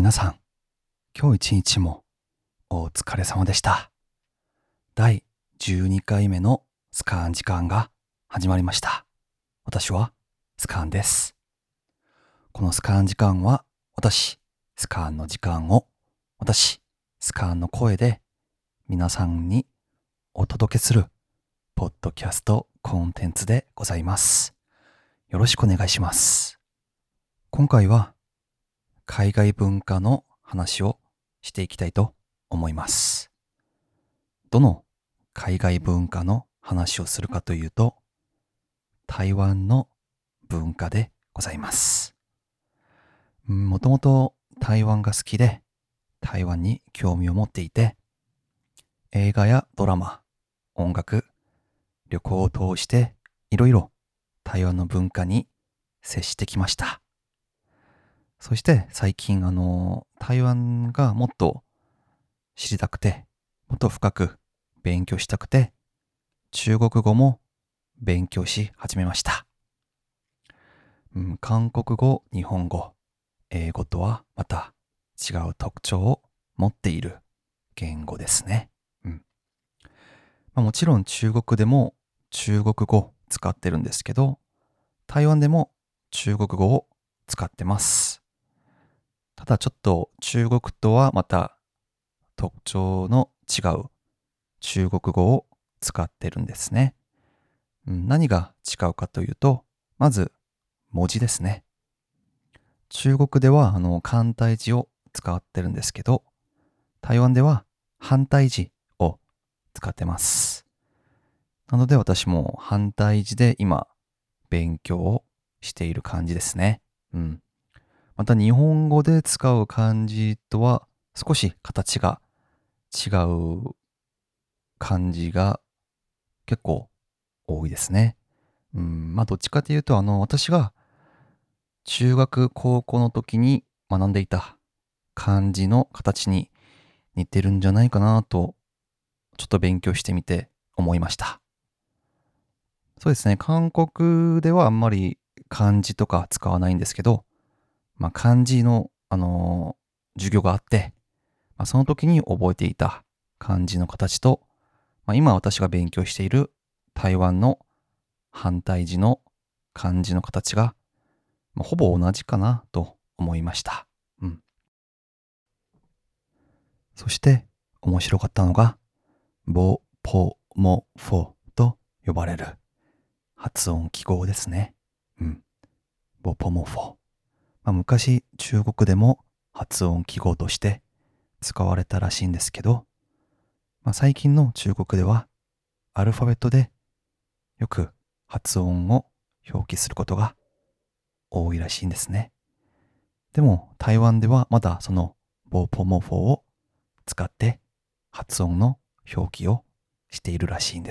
皆さん、今日一日もお疲れ様でした。第12回目のスカーン時間が始まりました。私はスカーンです。このスカーン時間は私、スカーンの時間を私、スカーンの声で皆さんにお届けするポッドキャストコンテンツでございます。よろしくお願いします。今回は海外文化の話をしていきたいと思います。どの海外文化の話をするかというと、台湾の文化でございます。もともと台湾が好きで、台湾に興味を持っていて、映画やドラマ、音楽、旅行を通していろいろ台湾の文化に接してきました。そして最近台湾がもっと知りたくて、もっと深く勉強したくて、中国語も勉強し始めました。韓国語、日本語、英語とはまた違う特徴を持っている言語ですね。もちろん中国でも中国語を使ってるんですけど、台湾でも中国語を使ってます。ただちょっと中国とはまた特徴の違う中国語を使ってるんですね。何が違うかというと、まず文字ですね。中国では簡体字を使ってるんですけど、台湾では繁体字を使ってます。なので私も繁体字で今勉強をしている感じですね。また日本語で使う漢字とは少し形が違う漢字が結構多いですね。どっちかというと私が中学高校の時に学んでいた漢字の形に似てるんじゃないかなとちょっと勉強してみて思いました。そうですね、韓国ではあんまり漢字とか使わないんですけど、漢字の、授業があって、その時に覚えていた漢字の形と、今私が勉強している台湾の繁体字の漢字の形が、ほぼ同じかなと思いました。そして面白かったのが、ボポモフォと呼ばれる発音記号ですね。ボポモフォ。昔中国でも発音記号として使われたらしいんですけど、最近の中国ではアルファベットでよく発音を表記することが多いらしいんですね。でも台湾ではまだそのボポモフォを使って発音の表記をしているらしいんです。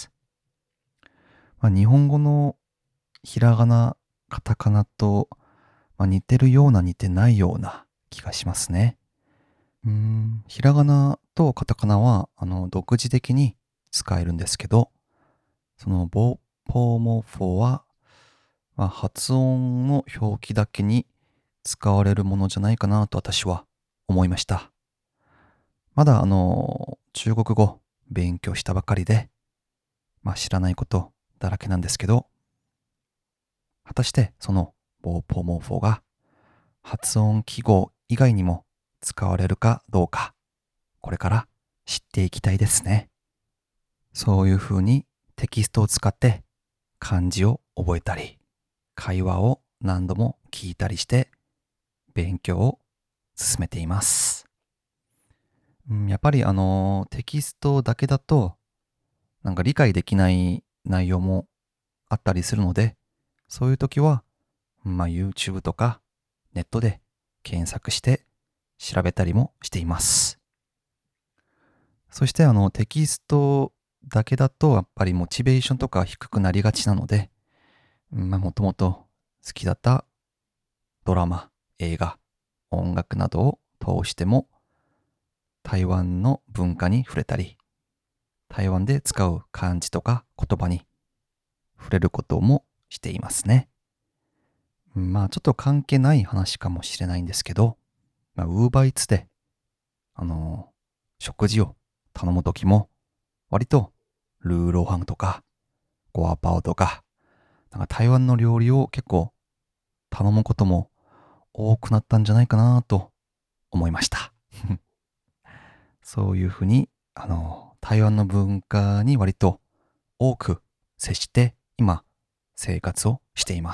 日本語のひらがな、カタカナと似てるような似てないような気がしますね。ひらがなとカタカナは独自的に使えるんですけど、そのボポモフォは、発音の表記だけに使われるものじゃないかなと私は思いました。まだ中国語勉強したばかりで、知らないことだらけなんですけど、果たしてそのボポモフォが発音記号以外にも使われるかどうか、これから知っていきたいですね。そういうふうにテキストを使って漢字を覚えたり、会話を何度も聞いたりして勉強を進めています。やっぱりテキストだけだと理解できない内容もあったりするので、そういう時はYouTube とかネットで検索して調べたりもしています。そしてテキストだけだとやっぱりモチベーションとか低くなりがちなので、もともと好きだったドラマ、映画、音楽などを通しても台湾の文化に触れたり、台湾で使う漢字とか言葉に触れることもしていますね。ちょっと関係ない話かもしれないんですけど、 ウーバーイーツで、食事を頼むときも、割とルーローハンとか、ゴアパオとか、台湾の料理を結構頼むことも多くなったんじゃないかなと思いました。そういうふうに、台湾の文化に割と多く接して今生活をしています。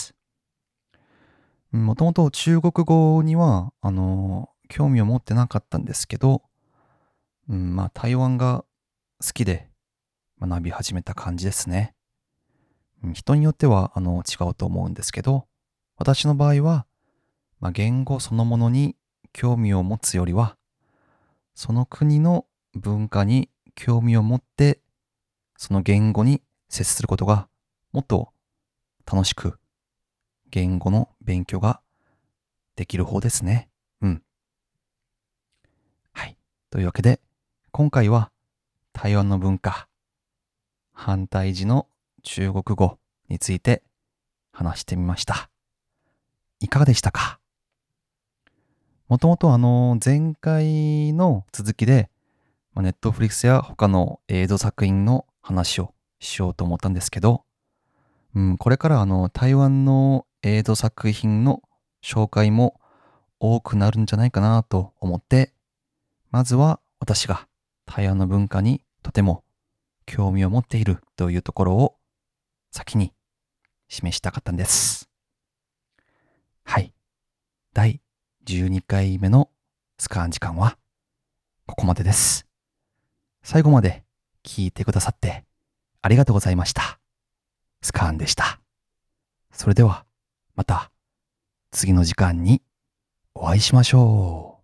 もともと中国語には、興味を持ってなかったんですけど、台湾が好きで学び始めた感じですね。人によっては、違うと思うんですけど、私の場合は、言語そのものに興味を持つよりは、その国の文化に興味を持って、その言語に接することがもっと楽しく、言語の勉強ができる方ですね。はい。というわけで、今回は台湾の文化、反対字の中国語について話してみました。いかがでしたか？もともと前回の続きで、ネットフリックスや他の映像作品の話をしようと思ったんですけど、これから台湾の映像作品の紹介も多くなるんじゃないかなと思って、まずは私が台湾の文化にとても興味を持っているというところを先に示したかったんです。はい。第12回目のスカーン時間はここまでです。最後まで聞いてくださってありがとうございました。スカーンでした。それではまた次の時間にお会いしましょう。